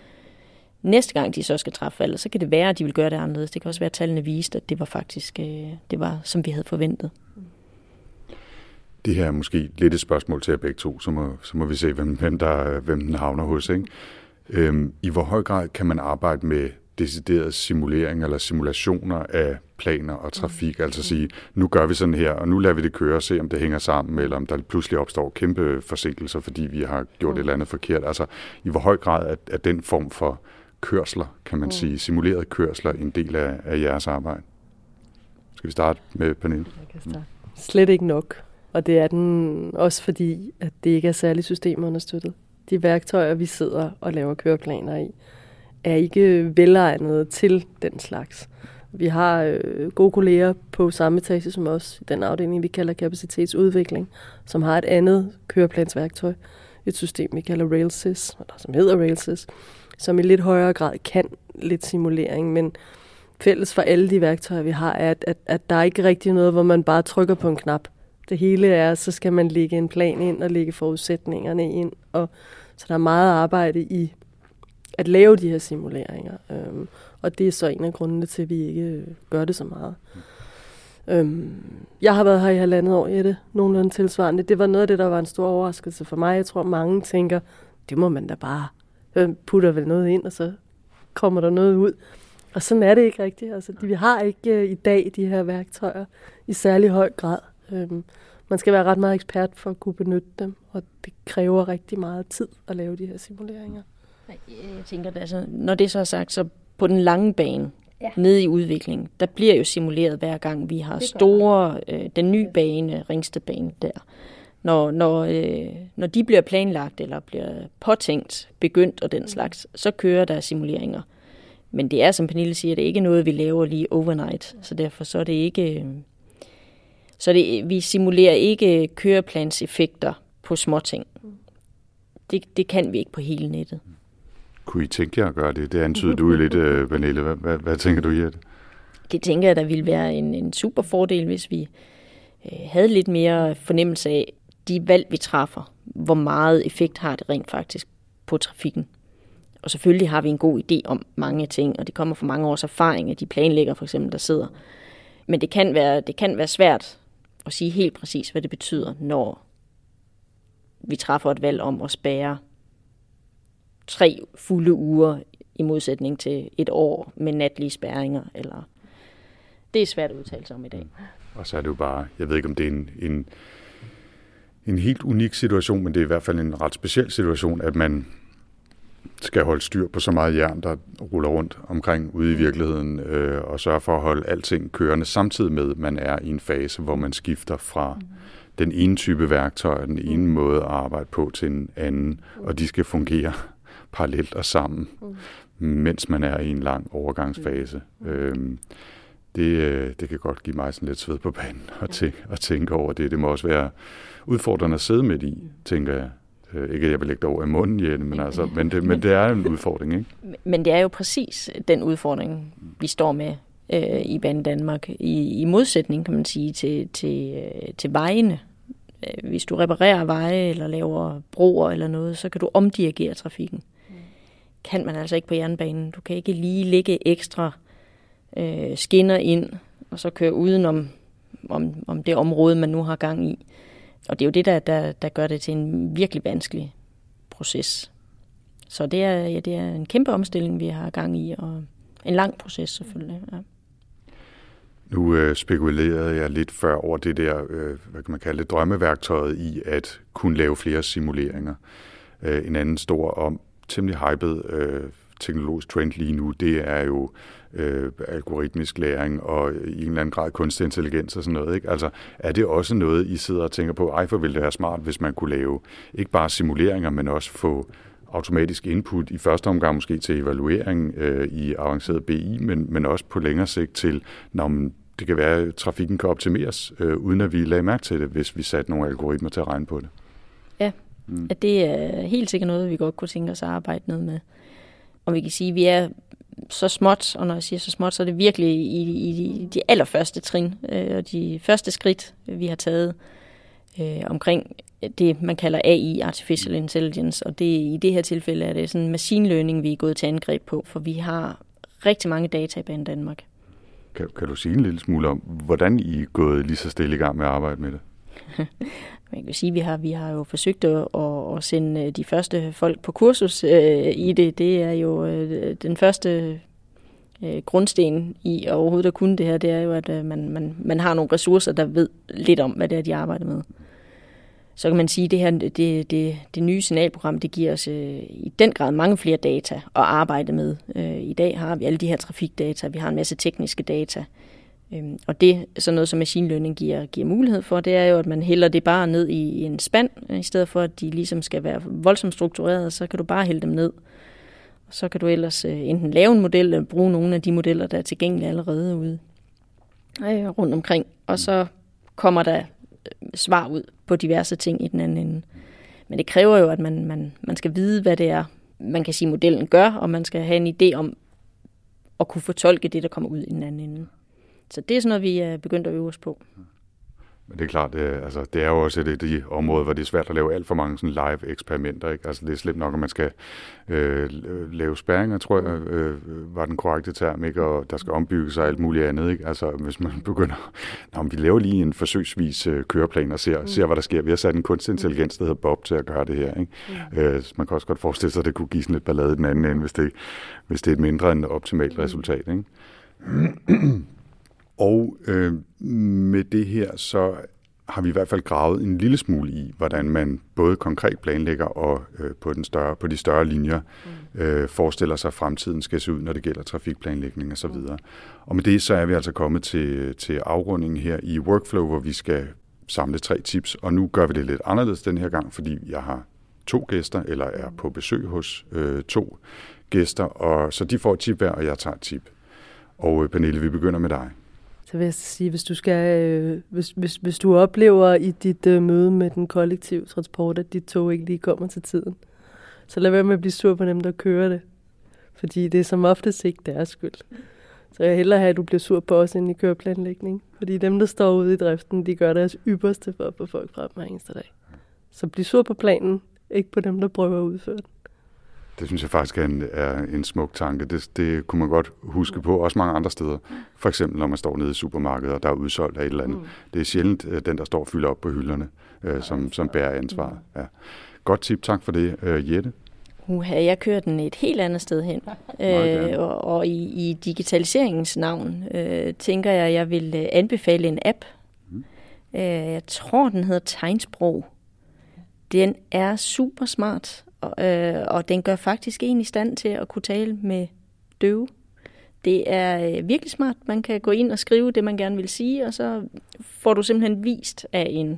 Næste gang de så skal træffe valget, så kan det være, at de vil gøre det anderledes. Det kan også være, at tallene viste, at det var faktisk, øh, det var, som vi havde forventet.
Det her er måske lidt et spørgsmål til jer begge to, så må, så må vi se, hvem, hvem, der, hvem den havner hos. Ikke? Øhm, I hvor høj grad kan man arbejde med decideret simulering eller simulationer af planer og trafik? Mm. Altså sige, nu gør vi sådan her, og nu lader vi det køre og se, om det hænger sammen, eller om der pludselig opstår kæmpe forsinkelser, fordi vi har gjort mm. et eller andet forkert. Altså, i hvor høj grad er, er den form for kørsler, kan man mm. sige, simuleret kørsler, en del af, af jeres arbejde? Skal vi starte med Pernille?
Jeg kan starte. Slet ikke nok. Og det er den også fordi, at det ikke er særligt systemunderstøttet. De værktøjer, vi sidder og laver køreplaner i, er ikke velegnede til den slags. Vi har øh, gode kolleger på samme etage som os, i den afdeling, vi kalder kapacitetsudvikling, som har et andet køreplansværktøj, et system, vi kalder RailSys, eller som hedder RailSys, som i lidt højere grad kan lidt simulering, men fælles for alle de værktøjer, vi har, er, at, at, at der er ikke rigtig noget, hvor man bare trykker på en knap. Det hele er, så skal man lægge en plan ind og lægge forudsætningerne ind. Og, så der er meget arbejde i at lave de her simuleringer. Øhm, og det er så en af grundene til, at vi ikke gør det så meget. Mm. Øhm, jeg har været her i halvandet år, Jette, nogenlunde tilsvarende. Det var noget af det, der var en stor overraskelse for mig. Jeg tror, mange tænker, det må man da bare putter vel noget ind, og så kommer der noget ud. Og sådan er det ikke rigtigt. Altså, vi har ikke uh, i dag de her værktøjer i særlig høj grad. Øhm, man skal være ret meget ekspert for at kunne benytte dem, og det kræver rigtig meget tid at lave de her simuleringer.
Jeg tænker, at altså, når det så er sagt, så på den lange bane, ja. Nede i udviklingen, der bliver jo simuleret hver gang, vi har store, øh, den nye bane, Ringstedbane der. Når, når, øh, når de bliver planlagt eller bliver påtænkt, begyndt og den slags, så kører der simuleringer. Men det er, som Pernille siger, det er ikke noget, vi laver lige overnight. Så derfor så er det ikke... Så det, vi simulerer ikke køreplanseffekter på småting. Det, det kan vi ikke på hele nettet.
Kunne I tænke jer at gøre det? Det antyder du lidt, Pernille. Hvad, hvad, hvad tænker du i det?
Det tænker jeg, der ville være en, en super fordel, hvis vi øh, havde lidt mere fornemmelse af de valg, vi træffer. Hvor meget effekt har det rent faktisk på trafikken. Og selvfølgelig har vi en god idé om mange ting, og det kommer fra mange års erfaring af de planlæggere, for eksempel, der sidder. Men det kan være, det kan være svært at sige helt præcis, hvad det betyder, når vi træffer et valg om at spærre tre fulde uger i modsætning til et år med natlige spærringer. Eller det er svært at udtale sig om i dag.
Og så er det jo bare, jeg ved ikke om det er en, en, en helt unik situation, men det er i hvert fald en ret speciel situation, at man skal holde styr på så meget jern, der ruller rundt omkring ude i virkeligheden, øh, og sørge for at holde alting kørende, samtidig med, at man er i en fase, hvor man skifter fra mm. den ene type værktøj, den ene mm. måde at arbejde på til en anden, mm. og de skal fungere parallelt og sammen, mm. mens man er i en lang overgangsfase. Mm. Øhm, det, det kan godt give mig sådan lidt sved på panden at tænke, at tænke over det. Det må også være udfordrende at sidde midt i, tænker jeg. Ikke at jeg vil lægge det over i munden, Jette, men, altså, men, det, men det er en udfordring, ikke? Men
det er jo præcis den udfordring, vi står med øh, i Banedanmark, i, i modsætning, kan man sige, til, til, øh, til vejene. Hvis du reparerer veje eller laver broer eller noget, så kan du omdirigere trafikken. Mm. Kan man altså ikke på jernbanen. Du kan ikke lige lægge ekstra øh, skinner ind, og så køre udenom om, om det område, man nu har gang i. Og det er jo det, der, der, der gør det til en virkelig vanskelig proces. Så det er, ja, det er en kæmpe omstilling, vi har gang i, og en lang proces selvfølgelig. Ja.
Nu øh, spekulerede jeg lidt før over det der, øh, hvad kan man kalde det, drømmeværktøjet i at kunne lave flere simuleringer. Øh, en anden stor og temmelig hyped øh, teknologisk trend lige nu, det er jo øh, algoritmisk læring og i en eller anden grad kunstig intelligens og sådan noget, ikke? Altså, er det også noget, I sidder og tænker på, ej, for ville det være smart, hvis man kunne lave ikke bare simuleringer, men også få automatisk input i første omgang måske til evaluering øh, i avanceret B I, men, men også på længere sigt til, når man, det kan være, at trafikken kan optimeres, øh, uden at vi lagde mærke til det, hvis vi satte nogle algoritmer til at regne på det.
Ja, mm. at det er helt sikkert noget, vi godt kunne tænke os at arbejde noget med. Og vi kan sige, at vi er så småt, og når jeg siger så småt, så er det virkelig i, i de allerførste trin, øh, og de første skridt, vi har taget øh, omkring det, man kalder A I, Artificial Intelligence, og det, i det her tilfælde er det sådan machine learning, vi er gået til angreb på, for vi har rigtig mange data i Banedanmark.
Kan, kan du sige en lille smule om, hvordan I er gået lige så stille i gang med at arbejde med det?
Man kan sige, at vi har, vi har jo forsøgt at, at sende de første folk på kursus øh, i det. Det er jo øh, den første øh, grundsten i at overhovedet at kunne det her, det er jo, at øh, man, man, man har nogle ressourcer, der ved lidt om, hvad det er, de arbejder med. Så kan man sige, at det her det, det, det nye signalprogram, det giver os øh, i den grad mange flere data at arbejde med. Øh, I dag har vi alle de her trafikdata, vi har en masse tekniske data. Øhm, og det, sådan noget som machine learning giver, giver mulighed for, det er jo, at man hælder det bare ned i en spand, i stedet for, at de ligesom skal være voldsomt struktureret, så kan du bare hælde dem ned. Og så kan du ellers øh, enten lave en model, eller bruge nogle af de modeller, der er tilgængelige allerede ude øh, rundt omkring. Og så kommer der svar ud på diverse ting i den anden ende. Men det kræver jo, at man, man, man skal vide, hvad det er, man kan sige, modellen gør, og man skal have en idé om at kunne fortolke det, der kommer ud i den anden ende. Så det er sådan noget, vi er begyndt at øve os på.
Men det er klart, det, altså, det er jo også et af de områder, hvor det er svært at lave alt for mange sådan live eksperimenter. Ikke? Altså, det er slemt nok, at man skal øh, lave spærringer, tror jeg, øh, var den korrekte term, ikke? Og der skal ombygges og alt muligt andet. Ikke? Altså, hvis man begynder, nå, vi laver lige en forsøgsvis øh, køreplan og ser, mm. ser, hvad der sker. Vi har sat en kunstig intelligens, der hedder Bob, til at gøre det her. Ikke? Mm. Øh, man kan også godt forestille sig, at det kunne give sådan lidt ballade i den anden ende, hvis det, hvis det er et mindre end optimalt resultat. Ikke? Og øh, med det her, så har vi i hvert fald gravet en lille smule i, hvordan man både konkret planlægger og øh, på, den større, på de større linjer øh, forestiller sig, at fremtiden skal se ud, når det gælder trafikplanlægning og så videre. Og med det så er vi altså kommet til, til afrundingen her i Workflow, hvor vi skal samle tre tips, og nu gør vi det lidt anderledes den her gang, fordi jeg har to gæster, eller er på besøg hos øh, to gæster, og så de får et tip hver, og jeg tager et tip. Og øh, Pernille, vi begynder med dig.
Så vil jeg sige, hvis du skal, øh, hvis, hvis, hvis du oplever i dit øh, møde med den kollektive transport, at dit tog ikke lige kommer til tiden, så lad være med at blive sur på dem, der kører det. Fordi det er som oftest ikke deres skyld. Så jeg hellere have, at du bliver sur på os, end i køreplanlægning. Fordi dem, der står ude i driften, de gør deres ypperste for at få folk frem hver eneste dag. Så bliv sur på planen, ikke på dem, der prøver at udføre den.
Det synes jeg faktisk er en, er en smuk tanke. Det, det kunne man godt huske på, også mange andre steder. For eksempel, når man står nede i supermarkedet, og der er udsolgt af et eller andet. Mm. Det er sjældent den, der står og fylder op på hylderne, øh, som, som bærer ansvaret. Ja. Godt tip, tak for det, øh, Jette.
Uha, jeg kører den et helt andet sted hen. øh, og og i, i digitaliseringens navn øh, tænker jeg, at jeg vil øh, anbefale en app. Mm. Øh, jeg tror, den hedder Tegnsprog. Den er super smart, og, øh, og den gør faktisk en i stand til at kunne tale med døve. Det er øh, virkelig smart. Man kan gå ind og skrive det, man gerne vil sige, og så får du simpelthen vist af en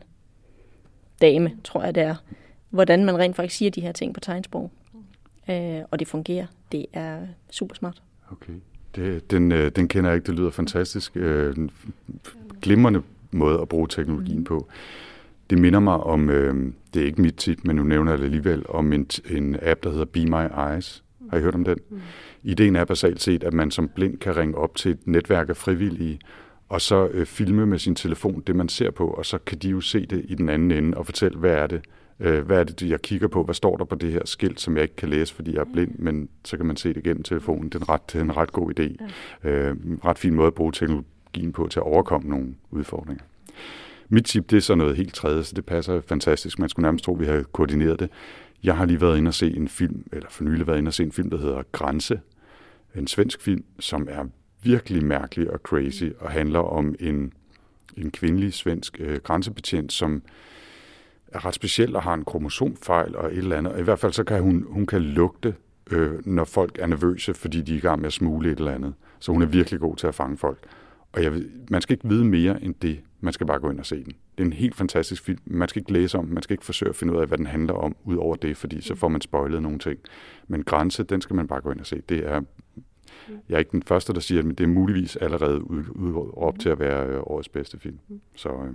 dame, tror jeg det er, hvordan man rent faktisk siger de her ting på tegnsprog. Øh, og det fungerer. Det er super smart.
Okay. Det, den, øh, den kender jeg ikke. Det lyder fantastisk. Øh, en glimrende måde at bruge teknologien på. Det minder mig om, øh, det er ikke mit tip, men nu nævner jeg det alligevel, om en, en app, der hedder Be My Eyes. Har I hørt om den? Mm. Ideen er basalt set, at man som blind kan ringe op til et netværk af frivillige, og så øh, filme med sin telefon det, man ser på, og så kan de jo se det i den anden ende og fortælle, hvad er det, øh, hvad er det, jeg kigger på, hvad står der på det her skilt, som jeg ikke kan læse, fordi jeg er blind, men så kan man se det gennem telefonen. Det er en ret, det er en ret god idé. Ja. Øh, ret fin måde at bruge teknologien på til at overkomme nogle udfordringer. Mit tip, det er så noget helt tredje, så det passer fantastisk. Man skulle nærmest tro, at vi havde koordineret det. Jeg har lige været inde og se en film, eller for nylig været inde og se en film, der hedder Grænse. En svensk film, som er virkelig mærkelig og crazy, og handler om en, en kvindelig svensk øh, grænsebetjent, som er ret speciel og har en kromosomfejl og et eller andet. Og i hvert fald så kan hun, hun kan lugte, øh, når folk er nervøse, fordi de er i gang med at smule et eller andet. Så hun er virkelig god til at fange folk. Og jeg ved, man skal ikke vide mere end det. Man skal bare gå ind og se den. Det er en helt fantastisk film. Man skal ikke læse om, man skal ikke forsøge at finde ud af, hvad den handler om, ud over det, fordi så får man spoilet nogle ting. Men Grænse, den skal man bare gå ind og se. Det er, jeg er ikke den første, der siger, men det er muligvis allerede udråbt til at være årets bedste film. Så øh,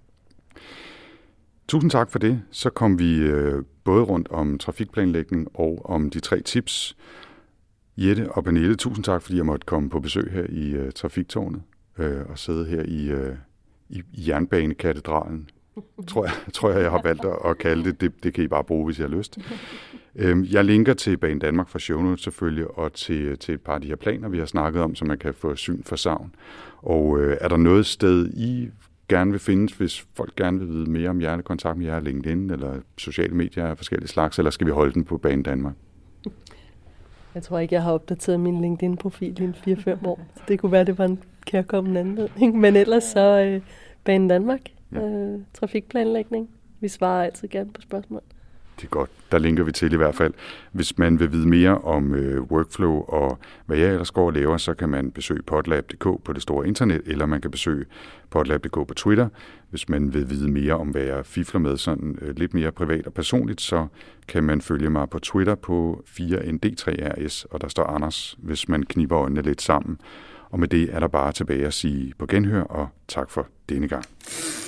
tusind tak for det. Så kom vi øh, både rundt om trafikplanlægning og om de tre tips. Jette og Pernille, tusind tak, fordi jeg måtte komme på besøg her i øh, Trafiktårnet øh, og sidde her i, øh, i, i Jernbanekatedralen. tror, jeg, tror jeg, jeg har valgt at kalde det. det. Det kan I bare bruge, hvis I har lyst. øh, jeg linker til Banedanmark fra show notes selvfølgelig, og til, til et par af de her planer, vi har snakket om, så man kan få syn for savn. Og øh, er der noget sted, I gerne vil findes, hvis folk gerne vil vide mere om jer, kontakt med jer, LinkedIn eller sociale medier af forskellige slags, eller skal vi holde den på Banedanmark?
Jeg tror ikke, jeg har opdateret min LinkedIn-profil i en fire fem år. Så det kunne være, det var en kærkommende anledning. Men ellers så øh, Banedanmark, ja. øh, trafikplanlægning. Vi svarer altid gerne på spørgsmål.
Det er godt. Der linker vi til i hvert fald. Hvis man vil vide mere om øh, workflow og hvad jeg ellers går og laver, så kan man besøge podlab punktum d k på det store internet, eller man kan besøge podlab punktum d k på Twitter. Hvis man vil vide mere om, hvad jeg fifler med sådan øh, lidt mere privat og personligt, så kan man følge mig på Twitter på fire N D tre R S, og der står Anders, hvis man kniber øjnene lidt sammen. Og med det er der bare tilbage at sige på genhør, og tak for denne gang.